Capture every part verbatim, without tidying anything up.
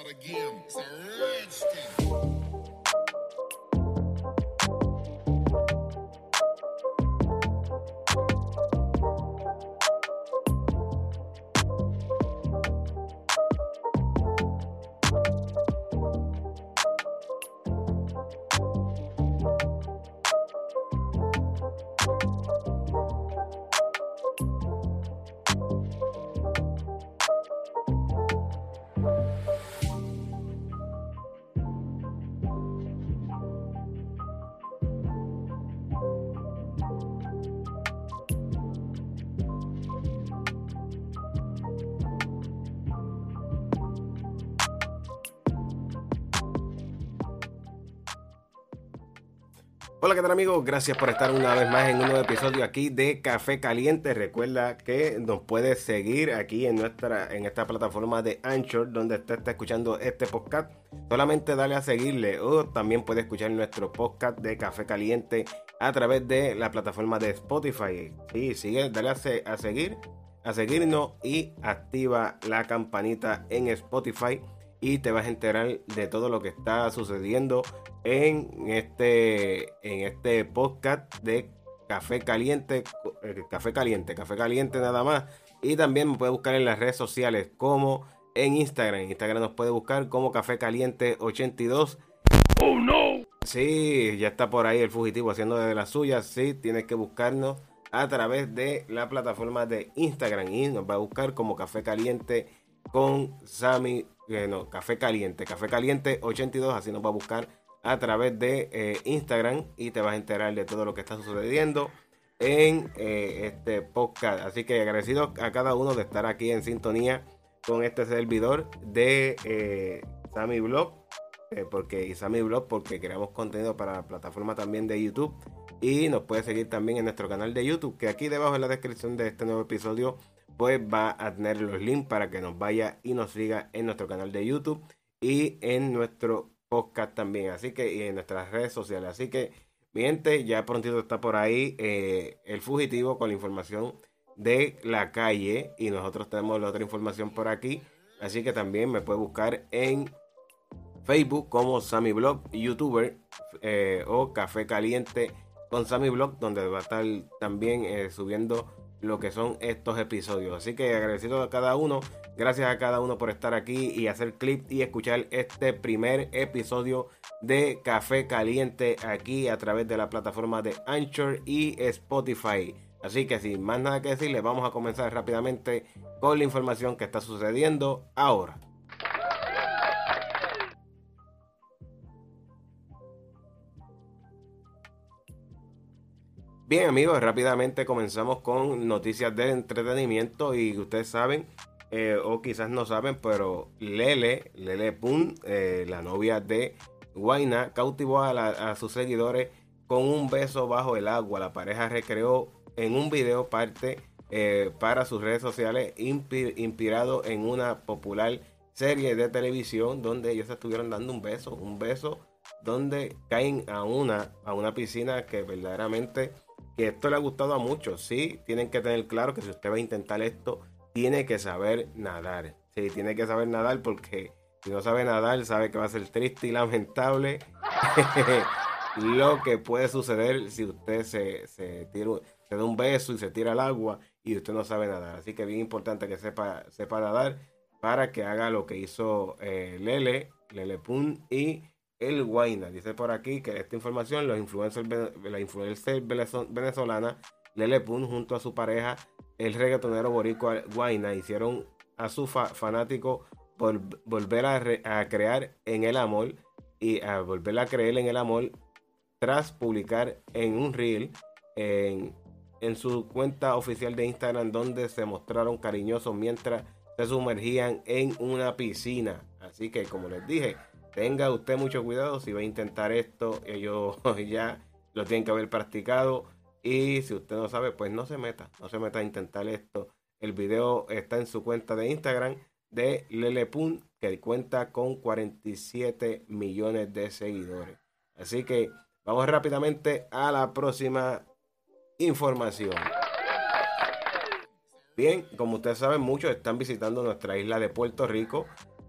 out again. It's a redskin. Hola, ¿qué tal, amigos? Gracias por estar una vez más en un nuevo episodio aquí de Café Caliente. Recuerda que nos puedes seguir aquí en nuestra en esta plataforma de Anchor, donde usted está escuchando este podcast. Solamente dale a seguirle, o también puedes escuchar nuestro podcast de Café Caliente a través de la plataforma de Spotify. Sí, sigue, dale a, se, a seguir, a seguirnos y activa la campanita en Spotify y te vas a enterar de todo lo que está sucediendo en este, en este podcast de Café Caliente, eh, Café Caliente, Café Caliente nada más. Y también me puede buscar en las redes sociales como en Instagram. En Instagram nos puede buscar como Café Caliente ochenta y dos. ¡Oh, no! Sí, ya está por ahí el fugitivo haciendo de las suyas. Sí, tienes que buscarnos a través de la plataforma de Instagram y nos va a buscar como Café Caliente con Sammy, eh, no, Café Caliente, Café Caliente ochenta y dos, así nos va a buscar a través de eh, Instagram y te vas a enterar de todo lo que está sucediendo en eh, este podcast. Así que agradecido a cada uno de estar aquí en sintonía con este servidor de eh, Sammy Blog, eh, porque y Sammy Blog porque creamos contenido para la plataforma también de YouTube, y nos puede seguir también en nuestro canal de YouTube, que aquí debajo en la descripción de este nuevo episodio pues va a tener los links para que nos vaya y nos siga en nuestro canal de YouTube y en nuestro podcast también, así que y en nuestras redes sociales. Así que mi gente, ya prontito está por ahí eh, el fugitivo con la información de la calle, y nosotros tenemos la otra información por aquí, así que también me puede buscar en Facebook como Sammy Blog YouTuber, eh, o Café Caliente con Sammy Blog, donde va a estar también eh, subiendo lo que son estos episodios. Así que agradecido a cada uno, gracias a cada uno por estar aquí y hacer clip y escuchar este primer episodio de Café Caliente aquí a través de la plataforma de Anchor y Spotify. Así que sin más nada que decirles, vamos a comenzar rápidamente con la información que está sucediendo ahora. Bien, amigos, rápidamente comenzamos con noticias de entretenimiento. Y ustedes saben, eh, o quizás no saben, pero Lele, Lele Pons, eh, la novia de Guayna, cautivó a, la, a sus seguidores con un beso bajo el agua. La pareja recreó en un video parte eh, para sus redes sociales, inspi- inspirado en una popular serie de televisión donde ellos estuvieron dando un beso, un beso donde caen a una, a una piscina que verdaderamente... que esto le ha gustado a muchos. Sí, tienen que tener claro que si usted va a intentar esto, tiene que saber nadar. Sí, tiene que saber nadar, porque si no sabe nadar, sabe que va a ser triste y lamentable lo que puede suceder si usted se, se, tira, se da un beso y se tira al agua y usted no sabe nadar. Así que bien importante que sepa, sepa nadar para que haga lo que hizo eh, Lele, Lele Pons y el Guayna. Dice por aquí que esta información, los influencers, la influencer venezolana Lele Pons junto a su pareja, el reggaetonero boricua Guayna, hicieron a su fa fanático vol volver a, re a crear en el amor y a volver a creer en el amor tras publicar en un reel en, en su cuenta oficial de Instagram, donde se mostraron cariñosos mientras se sumergían en una piscina. Así que, como les dije, tenga usted mucho cuidado si va a intentar esto. Ellos ya lo tienen que haber practicado, y si usted no sabe, pues no se meta, no se meta a intentar esto. El video está en su cuenta de Instagram de Lele Pons, que cuenta con cuarenta y siete millones de seguidores. Así que vamos rápidamente a la próxima información. Bien, como ustedes saben, muchos están visitando nuestra isla de Puerto Rico,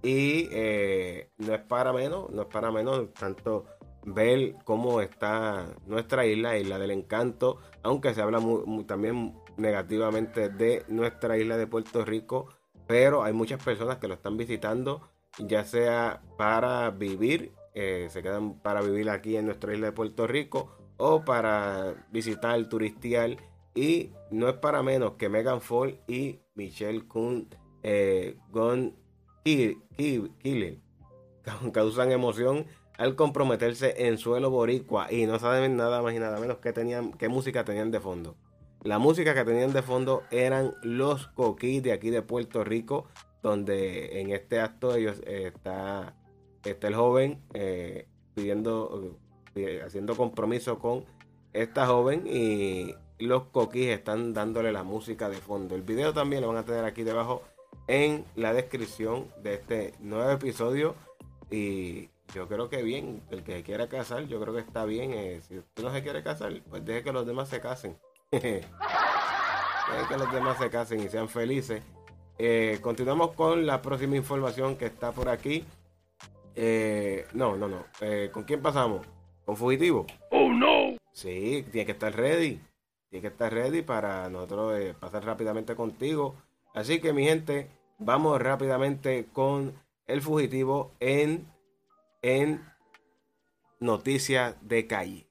Y eh, no es para menos, no es para menos tanto ver cómo está nuestra isla, Isla del Encanto, aunque se habla muy, muy, también negativamente de nuestra isla de Puerto Rico, pero hay muchas personas que lo están visitando, ya sea para vivir, eh, se quedan para vivir aquí en nuestra isla de Puerto Rico, o para visitar, turistear, y no es para menos que Megan Fox y Michelle Kun eh, Gon Killer causan emoción al comprometerse en suelo boricua, y no saben nada más y nada menos que tenían, qué música tenían de fondo. La música que tenían de fondo eran los Coquis de aquí de Puerto Rico, donde en este acto ellos eh, está, está el joven eh, pidiendo, eh, haciendo compromiso con esta joven, y los Coquis están dándole la música de fondo. El video también lo van a tener aquí debajo en la descripción de este nuevo episodio. Y yo creo que bien, el que se quiera casar, yo creo que está bien. Eh, si usted no se quiere casar, pues deje que los demás se casen. Deje que los demás se casen y sean felices. Eh, continuamos con la próxima información que está por aquí. Eh, no, no, no. Eh, ¿Con quién pasamos? ¿Con Fugitivo? Oh no. Sí, tiene que estar ready. Tiene que estar ready para nosotros eh, pasar rápidamente contigo. Así que, mi gente, vamos rápidamente con el Fugitivo en, en Noticias de Calle.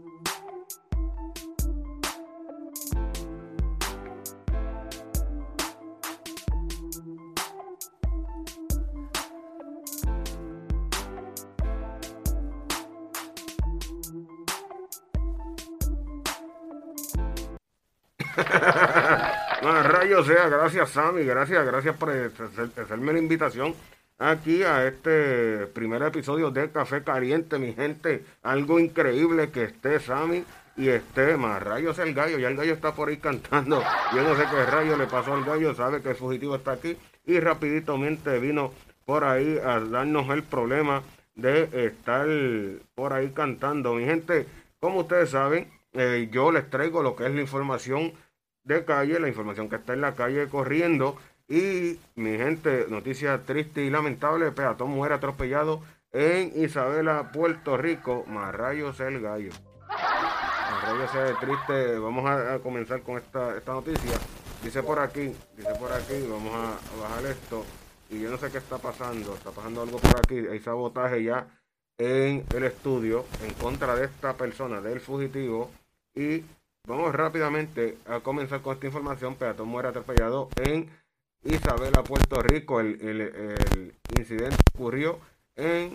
No, rayos sea, gracias Sammy, gracias, gracias por hacerme la invitación aquí a este primer episodio de Café Caliente, mi gente. Algo increíble que esté Sammy y esté más rayos el gallo. Ya el gallo está por ahí cantando. Yo no sé qué rayo le pasó al gallo, sabe que el Fugitivo está aquí y rapiditamente vino por ahí a darnos el problema de estar por ahí cantando. Mi gente, como ustedes saben, eh, yo les traigo lo que es la información de calle, la información que está en la calle corriendo. Y mi gente, noticia triste y lamentable: peatón muere atropellado en Isabela, Puerto Rico. Más rayos el gallo. Más rayos el triste. Vamos a, a comenzar con esta, esta noticia. Dice por aquí, dice por aquí, vamos a, a bajar esto. Y yo no sé qué está pasando, está pasando algo por aquí. Hay sabotaje ya en el estudio en contra de esta persona, del Fugitivo. Y vamos rápidamente a comenzar con esta información. Peatón muere atropellado en Isabela, Puerto Rico. El, el, el incidente ocurrió en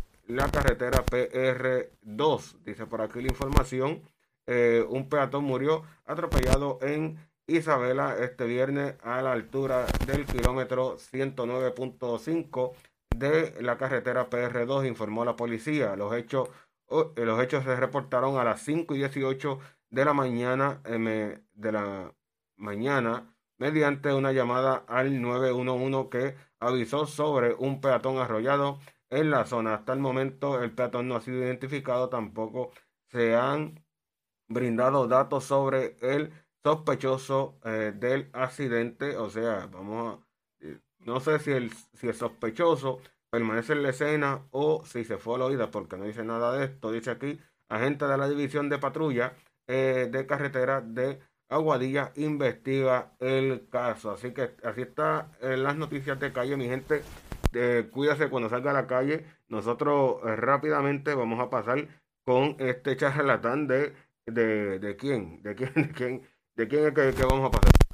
la carretera P R dos. Dice por aquí la información. Eh, un peatón murió atropellado en Isabela este viernes a la altura del kilómetro ciento nueve punto cinco de la carretera P R dos, informó la policía. Los hechos, oh, los hechos se reportaron a las cinco y dieciocho de la mañana, eh, de la mañana, mediante una llamada al nueve uno uno que avisó sobre un peatón arrollado en la zona. Hasta el momento el peatón no ha sido identificado, tampoco se han brindado datos sobre el sospechoso eh, del accidente. O sea, vamos a, eh, no sé si el, si el sospechoso permanece en la escena o si se fue a la oída, porque no dice nada de esto. Dice aquí: agente de la división de patrulla eh, de carretera de Aguadilla investiga el caso. Así que así está en las noticias de calle, mi gente. Eh, cuídase cuando salga a la calle. Nosotros eh, rápidamente vamos a pasar con este charlatán de de, de quién, de quién, de quién, de quién es que, que vamos a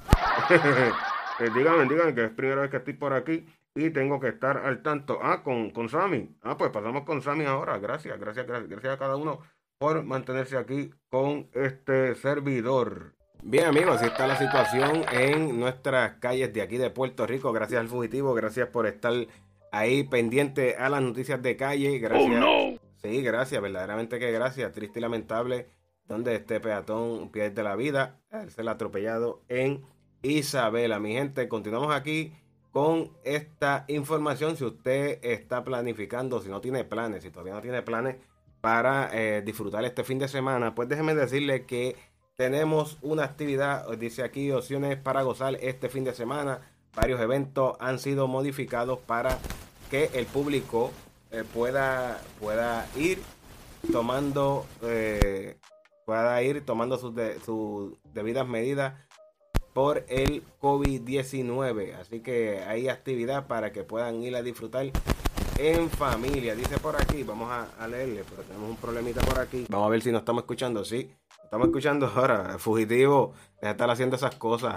pasar. eh, díganme, díganme que es primera vez que estoy por aquí y tengo que estar al tanto. Ah, con, con Sammy. Ah, pues pasamos con Sammy ahora. Gracias, gracias, gracias, gracias a cada uno por mantenerse aquí con este servidor. Bien, amigos, así está la situación en nuestras calles de aquí de Puerto Rico. Gracias al Fugitivo, gracias por estar ahí pendiente a las noticias de calle. Gracias. Oh, no. Sí, gracias, verdaderamente que gracias. Triste y lamentable donde este peatón pierde la vida al ser atropellado en Isabela. Mi gente, continuamos aquí con esta información. Si usted está planificando, si no tiene planes, si todavía no tiene planes para eh, disfrutar este fin de semana, pues déjeme decirle que tenemos una actividad, dice aquí, opciones para gozar este fin de semana. Varios eventos han sido modificados para que el público eh, pueda, pueda ir tomando eh, pueda ir tomando sus, de, sus debidas medidas por el COVID diecinueve. Así que hay actividad para que puedan ir a disfrutar en familia. Dice por aquí, vamos a, a leerle, pero tenemos un problemita por aquí. Vamos a ver si nos estamos escuchando. Sí, estamos escuchando ahora. Fugitivo, deja de estar haciendo esas cosas.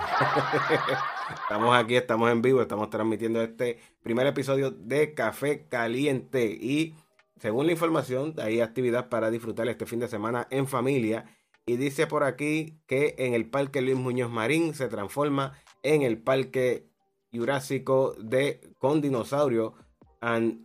Estamos aquí, estamos en vivo, estamos transmitiendo este primer episodio de Café Caliente. Y según la información, hay actividad para disfrutar este fin de semana en familia. Y dice por aquí que en el Parque Luis Muñoz Marín se transforma en el Parque Jurásico de con dinosaurio an,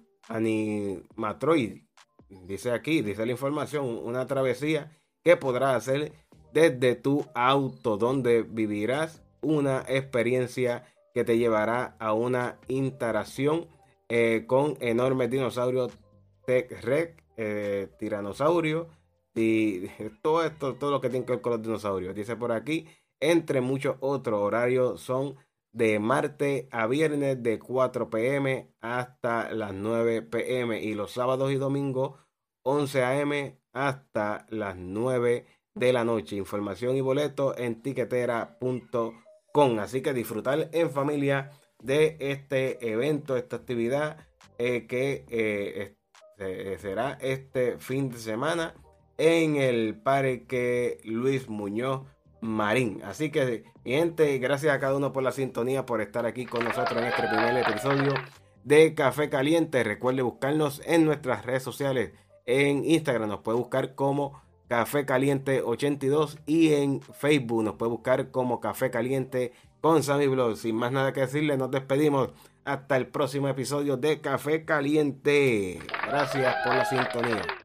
Animatroid. Dice aquí, dice la información, una travesía que podrás hacer desde tu auto, donde vivirás una experiencia que te llevará a una interacción eh, con enormes dinosaurios T-Rex, eh, tiranosaurio y todo esto, todo lo que tiene que ver con los dinosaurios. Dice por aquí, entre muchos otros horarios son de martes a viernes de cuatro pe eme hasta las nueve pe eme y los sábados y domingos once a eme hasta las nueve de la noche. Información y boletos en tiquetera punto com. Así que disfrutar en familia de este evento, esta actividad eh, que eh, eh, será este fin de semana en el Parque Luis Muñoz Marín. Así que, mi gente, gracias a cada uno por la sintonía, por estar aquí con nosotros en este primer episodio de Café Caliente. Recuerde buscarnos en nuestras redes sociales. En Instagram nos puede buscar como Café Caliente ochenta y dos y en Facebook nos puede buscar como Café Caliente con Sammy Blog. Sin más nada que decirle, nos despedimos. Hasta el próximo episodio de Café Caliente. Gracias por la sintonía.